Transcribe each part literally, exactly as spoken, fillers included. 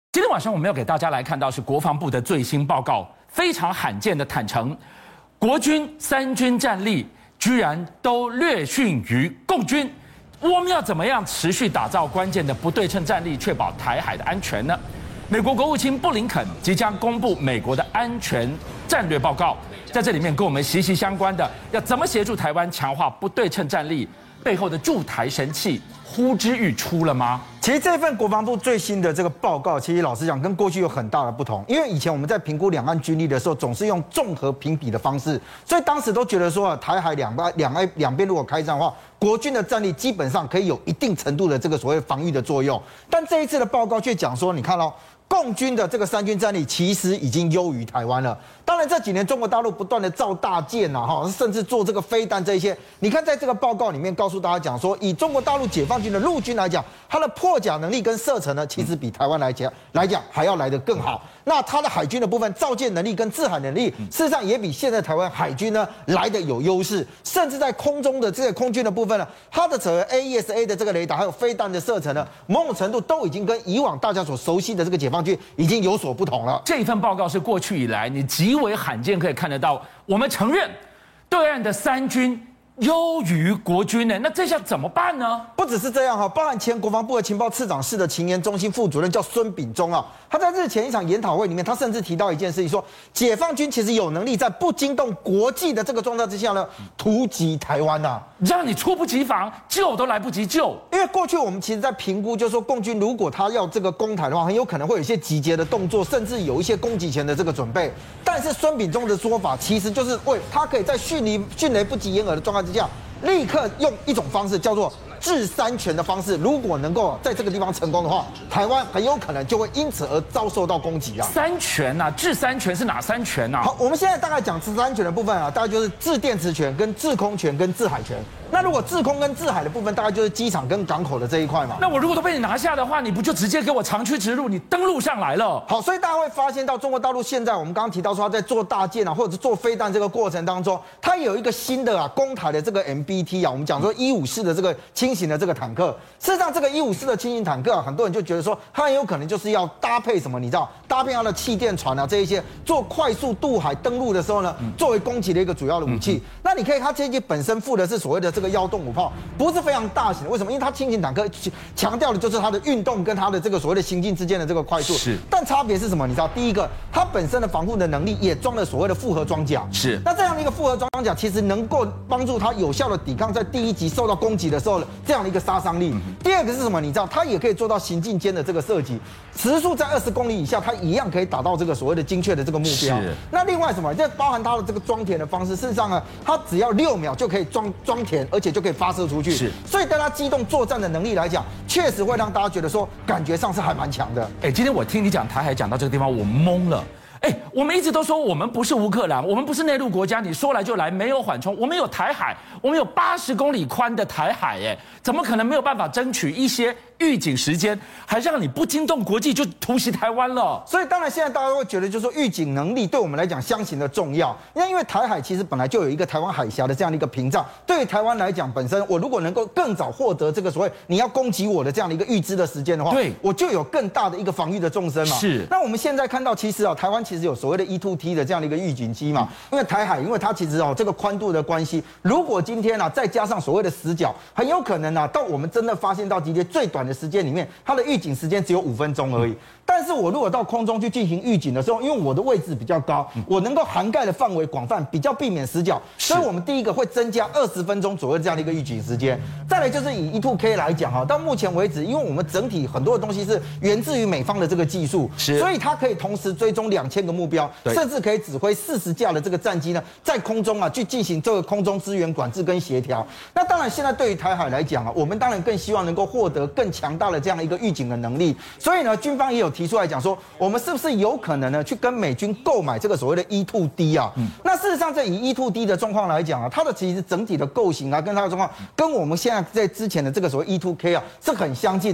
今天晚上我们要给大家来看到是国防部的最新报告，非常罕见的坦诚，国军三军战力居然都略逊于共军。我们要怎么样持续打造关键的不对称战力，确保台海的安全呢？美国国务卿布林肯即将公布美国的安全战略报告，在这里面跟我们息息相关的，要怎么协助台湾强化不对称战力，背后的驻台神器呼之欲出了吗？ 其实这份国防部最新的这个报告，其实老实讲跟过去有很大的不同。因为以前我们在评估两岸军力的时候，总是用综合评比的方式，所以当时都觉得说，台海两岸两岸两边如果开战的话，国军的战力基本上可以有一定程度的这个所谓防御的作用。但这一次的报告却讲说，你看哦，共军的这个三军战力其实已经优于台湾了。当然这几年中国大陆不断的造大舰啊，哈，甚至做这个飞弹这一些，你看在这个报告里面告诉大家讲说，以中国大陆解放军的陆军来讲，它的破甲能力跟射程呢，其实比台湾来讲来讲还要来得更好。那它的海军的部分造舰能力跟制海能力，事实上也比现在台湾海军呢来得有优势，甚至在空中的这个空军的部分呢，它的整个 A E S A 的这个雷达还有飞弹的射程呢，某种程度都已经跟以往大家所熟悉的这个解放军已经有所不同了。 这份报告是过去以来你极为罕见可以看得到，我们承认对岸的三军优于国军呢，那这下怎么办呢？ 不只是这样哈，包含前国防部的情报次长室的情研中心副主任叫孙秉忠啊，他在日前一场研讨会里面，他甚至提到一件事情，说解放军其实有能力在不惊动国际的这个状态之下呢，突击台湾呐、啊， 让你猝不及防，救都来不及救。 因为过去我们其实在评估，就是说共军如果他要这个攻台的话，很有可能会有一些集结的动作，甚至有一些攻击前的这个准备。但是孙秉忠的说法，其实就是为他可以在迅雷迅雷不及掩耳的状态之下，立刻用一种方式叫做制三权的方式，如果能够在这个地方成功的话，台湾很有可能就会因此而遭受到攻击啊。 三权啊，制三权是哪三权啊？ 好，我们现在大概讲制三权的部分啊，大概就是制电磁权、跟制空权、跟制海权。那如果制空跟制海的部分，大概就是机场跟港口的这一块嘛。 那我如果都被你拿下的话，你不就直接给我长驱直入，你登陆上来了？ 好，所以大家会发现到中国大陆现在，我们刚刚提到说他在做大舰啊，或者是做飞弹这个过程当中，它有一个新的啊攻台的这个 M B T 啊，我们讲说一五四的这个轻型的这个坦克。事实上，这个一五四的轻型坦克啊，很多人就觉得说，它很有可能就是要搭配什么，你知道，搭配它的气垫船啊这一些，做快速渡海登陆的时候呢，作为攻击的一个主要的武器。嗯、那你可以，它这些本身附的是所谓的这个幺洞五炮，不是非常大型的。为什么？因为它轻型坦克强调的就是它的运动跟它的这个所谓的行进之间的这个快速。 是。 但差别是什么？你知道，第一个，它本身的防护的能力也装了所谓的复合装甲。 是。 那这样的一个复合装甲，其实能够帮助它有效的抵抗在第一级受到攻击的时候这样的一个杀伤力。嗯、第二个是什么？你知道，它也可以做到行进间的这个射击，时速在二十公里以下，它一样可以达到这个所谓的精确的这个目标。 是。 那另外什么？这包含它的这个装填的方式，事实上呢，它只要六秒就可以装装填，而且就可以发射出去。 是。 所以对它机动作战的能力来讲，确实会让大家觉得说，感觉上是还蛮强的。 哎，今天我听你讲台海讲到这个地方，我懵了。哎，我们一直都说我们不是乌克兰，我们不是内陆国家，你说来就来，没有缓冲。我们有台海，我们有八十公里宽的台海，哎，怎么可能没有办法争取一些预警时间，还让你不惊动国际就突袭台湾了？ 所以当然现在大家会觉得，就是说预警能力对我们来讲相形的重要。那因为台海其实本来就有一个台湾海峡的这样的一个屏障，对于台湾来讲，本身我如果能够更早获得这个所谓你要攻击我的这样的一个预知的时间的话， 对， 我就有更大的一个防御的纵深嘛。 是。 那我们现在看到，其实啊，台湾其实有所谓的 E 二 T 的这样的一个预警机嘛，因为台海，因为它其实哦这个宽度的关系，如果今天啊再加上所谓的死角，很有可能啊到我们真的发现到敌舰最短的时间里面，它的预警时间只有五分钟而已。但是我如果到空中去进行预警的时候，因为我的位置比较高，我能够涵盖的范围广泛，比较避免死角，所以我们第一个会增加二十分钟左右这样的一个预警时间。再来就是以 E 二 K 来讲哈，到目前为止，因为我们整体很多的东西是源自于美方的这个技术，所以它可以同时追踪两千个目标，甚至可以指挥四十架的这个战机呢，在空中啊去进行这个空中资源管制跟协调。那当然，现在对于台海来讲啊，我们当然更希望能够获得更强大的这样的一个预警的能力。所以呢，军方也有提出来讲说，我们是不是有可能呢去跟美军购买这个所谓的 E 二 D 啊？嗯、那事实上，在以 E 二 D 的状况来讲啊，它的其实整体的构型啊，跟它的状况，跟我们现在在之前的这个所谓 E 二 K 啊是很相近的。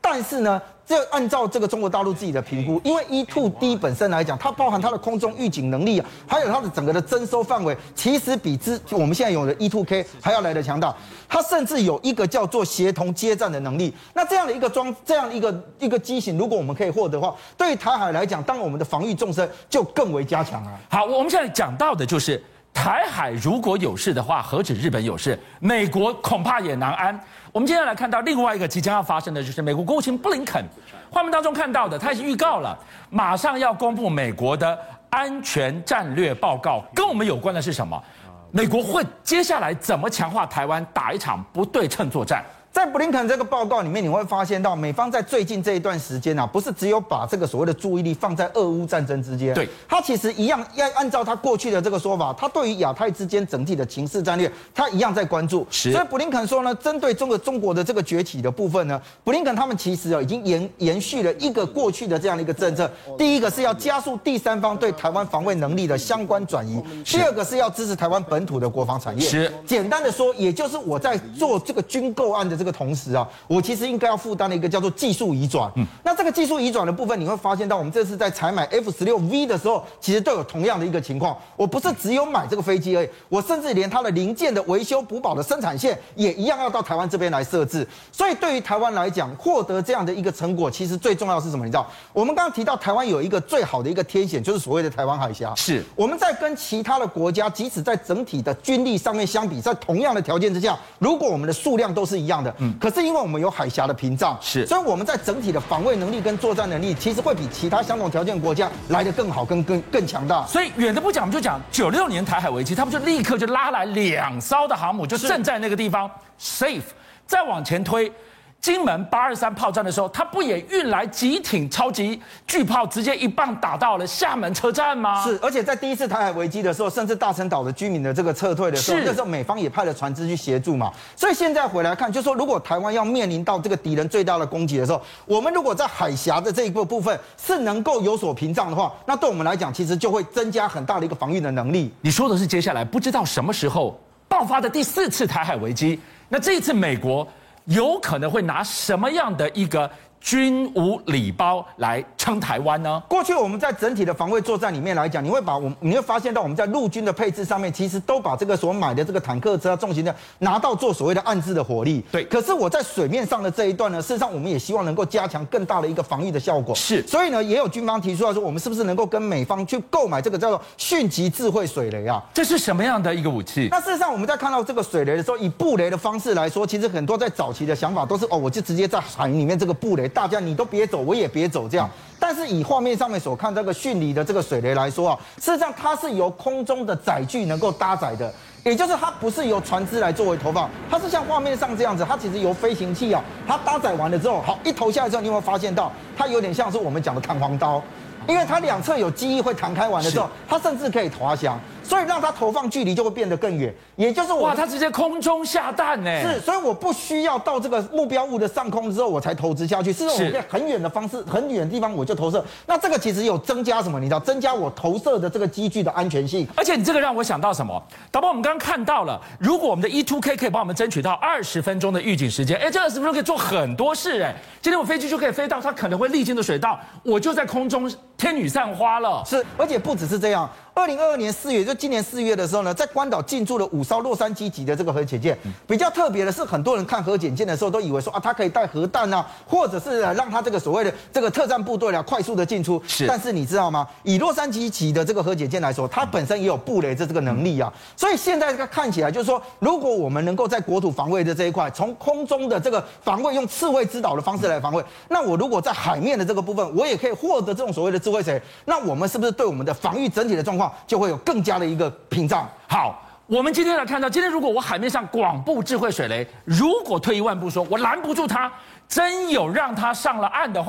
但是呢，这按照这个中国大陆自己的评估，因为 E 二 D 本身来讲，它包含它的空中预警能力啊，还有它的整个的征收范围，其实比之我们现在有的 E 二 K 还要来得强大。它甚至有一个叫做协同接战的能力。那这样的一个装，这样一个一个机型，如果我们可以获得的话，对于台海来讲，当然我们的防御纵深就更为加强了。 好，我们现在讲到的就是台海如果有事的话，何止日本有事，美国恐怕也难安。我们接下来看到另外一个即将要发生的，就是美国国务卿布林肯，画面当中看到的，他已经预告了，马上要公布美国的安全战略报告。跟我们有关的是什么？美国会接下来怎么强化台湾，打一场不对称作战？ 在布林肯这个报告里面，你会发现到美方在最近这一段时间啊，不是只有把这个所谓的注意力放在俄乌战争之间， 对， 他其实一样要按照他过去的这个说法，他对于亚太之间整体的情势战略，他一样在关注。所以布林肯说呢，针对中国中国的这个崛起的部分呢，布林肯他们其实啊已经延延续了一个过去的这样的一个政策。第一个是要加速第三方对台湾防卫能力的相关转移，第二个是要支持台湾本土的国防产业。 是， 简单的说，也就是我在做这个军购案的这个同时啊。我其实应该要负担的一个叫做技术移转，嗯，那这个技术移转的部分，你会发现到我们这次在采买 F 十六 V 的时候，其实都有同样的一个情况。我不是只有买这个飞机而已，我甚至连它的零件的维修补保的生产线也一样要到台湾这边来设置。所以对于台湾来讲，获得这样的一个成果，其实最重要的是什么？你知道，我们刚刚提到台湾有一个最好的一个天险，就是所谓的台湾海峡。 是我们在跟其他的国家，即使在整体的军力上面相比，在同样的条件之下，如果我们的数量都是一样的，嗯，可是因为我们有海峡的屏障， 是， 所以我们在整体的防卫能力跟作战能力，其实会比其他相同条件国家来得更好、更更更强大。 所以远的不讲，我们就讲九六年台海危机，他们就立刻就拉来两艘的航母，就正在那个地方 safe， 再往前推。金门八二三炮战的时候，他不也运来几挺超级巨炮，直接一棒打到了厦门车站吗？ 是，而且在第一次台海危机的时候，甚至大陈岛的居民的这个撤退的时候，那时候美方也派了船只去协助嘛。所以现在回来看，就说如果台湾要面临到这个敌人最大的攻击的时候，我们如果在海峡的这一个部分是能够有所屏障的话，那对我们来讲，其实就会增加很大的一个防御的能力。 你说的是接下来不知道什么时候爆发的第四次台海危机，那这一次美国有可能会拿什么样的一个军武礼包来撑台湾呢？ 过去我们在整体的防卫作战里面来讲，你会把我你会发现到我们在陆军的配置上面，其实都把这个所买的这个坦克车、重型的拿到做所谓的暗制的火力。 对。 可是我在水面上的这一段呢，事实上我们也希望能够加强更大的一个防御的效果。 是。 所以呢，也有军方提出来说，我们是不是能够跟美方去购买这个叫做迅级智慧水雷啊？ 这是什么样的一个武器？ 那事实上我们在看到这个水雷的时候，以布雷的方式来说，其实很多在早期的想法都是哦，我就直接在海里面这个布雷，大家你都别走。我也别走这样，但是以画面上面所看这个迅离的这个水雷来说啊，事实上它是由空中的载具能够搭载的，也就是它不是由船只来作为投放，它是像画面上这样子，它其实由飞行器啊，它搭载完了之后，好一投下来之后，你有没有发现到它有点像是我们讲的弹簧刀，因为它两侧有机翼会弹开完的时候，它甚至可以滑翔。所以让它投放距离就会变得更远，也就是我哇，它直接空中下弹呢。 是，所以我不需要到这个目标物的上空之后我才投掷下去，是我在很远的方式、很远的地方我就投射。那这个其实有增加什么？你知道，增加我投射的这个机具的安全性。 而且你这个让我想到什么？导播，我们刚刚看到了，如果我们的 E 二 K 可以帮我们争取到二十分钟的预警时间，哎，这二十分钟可以做很多事哎。今天我飞机就可以飞到它可能会历经的水道，我就在空中天女散花了。 是，而且不只是这样。二零二二年四月，就今年四月的时候呢，在关岛进驻了五艘洛杉矶级的这个核潜舰。比较特别的是，很多人看核潜舰的时候都以为说啊，它可以带核弹啊，或者是让它这个所谓的这个特战部队啊快速的进出。 是。 但是你知道吗？以洛杉矶级的这个核潜舰来说，它本身也有布雷的这个能力啊。所以现在看起来就是说，如果我们能够在国土防卫的这一块，从空中的这个防卫用刺猬之岛的方式来防卫，那我如果在海面的这个部分，我也可以获得这种所谓的智慧水，那我们是不是对我们的防御整体的状况就会有更加的一个屏障？ 好，我们今天来看到，今天如果我海面上广布智慧水雷，如果退一万步说，我拦不住它，真有让它上了岸的话，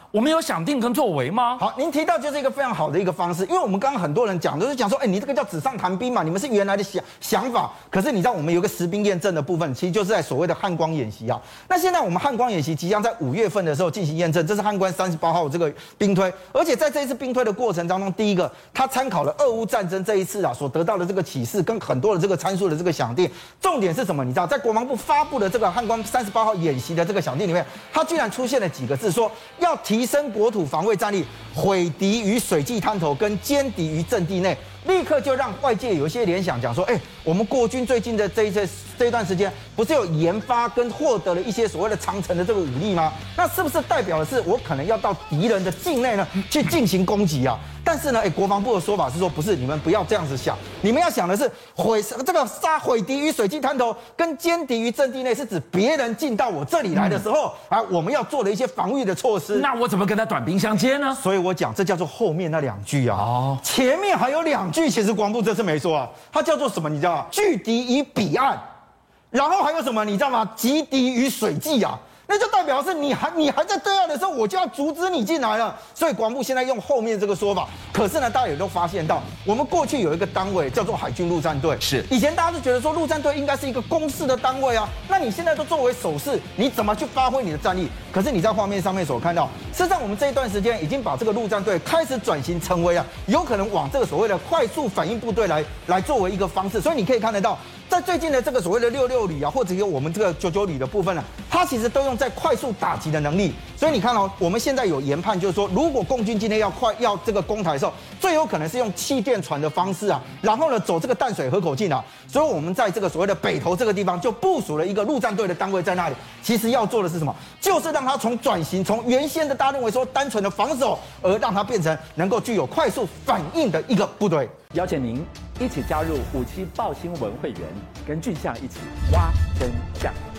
我们有想定跟作为吗？ 好，您提到就是一个非常好的一个方式，因为我们刚刚很多人讲都是讲说，哎，你这个叫纸上谈兵嘛，你们是原来的想想法。可是你知道我们有个实兵验证的部分，其实就是在所谓的汉光演习啊。那现在我们汉光演习即将在五月份的时候进行验证，这是汉光三十八号这个兵推，而且在这一次兵推的过程当中，第一个他参考了俄乌战争这一次啊所得到的这个启示，跟很多的这个参数的这个想定。重点是什么？你知道，在国防部发布的这个汉光三十八号演习的这个想定里面，它居然出现了几个字，说要提升国土防卫战力，毁敌于水际滩头，跟歼敌于阵地内。立刻就让外界有一些联想，讲说，哎，我们国军最近的这一些这一段时间，不是有研发跟获得了一些所谓的长程的这个武力吗？那是不是代表的是我可能要到敌人的境内呢去进行攻击啊？但是呢，哎，国防部的说法是说，不是，你们不要这样子想，你们要想的是毁这个杀毁敌于水际滩头，跟歼敌于阵地内，是指别人进到我这里来的时候，啊，我们要做的一些防御的措施。 那我怎么跟他短兵相接呢？ 所以我讲，这叫做后面那两句啊。 哦， 前面还有两句，其实国防部这次没说啊，它叫做什么？你知道吗？拒敌于彼岸，然后还有什么？你知道吗？击敌于水际啊。那就代表是你还你还在对岸的时候，我就要阻止你进来了。所以国防部现在用后面这个说法，可是呢，大家也都发现到，我们过去有一个单位叫做海军陆战队， 是以前大家都觉得说陆战队应该是一个公式的单位啊，那你现在都作为手势，你怎么去发挥你的战力？可是你在画面上面所看到，事实上我们这一段时间已经把这个陆战队开始转型成为啊，有可能往这个所谓的快速反应部队来来作为一个方式。所以你可以看得到，在最近的这个所谓的六六旅啊，或者有我们这个九九旅的部分呢、啊，它其实都用在快速打击的能力。所以你看哦，我们现在有研判，就是说，如果共军今天要快要这个攻台的时候，最有可能是用气垫船的方式啊，然后呢走这个淡水河口进啊。所以我们在这个所谓的北投这个地方就部署了一个陆战队的单位在那里。其实要做的是什么？就是让它从转型，从原先的大家认为说单纯的防守，而让它变成能够具有快速反应的一个部队。 邀请您一起加入五七爆新闻会员，跟俊相一起挖真相。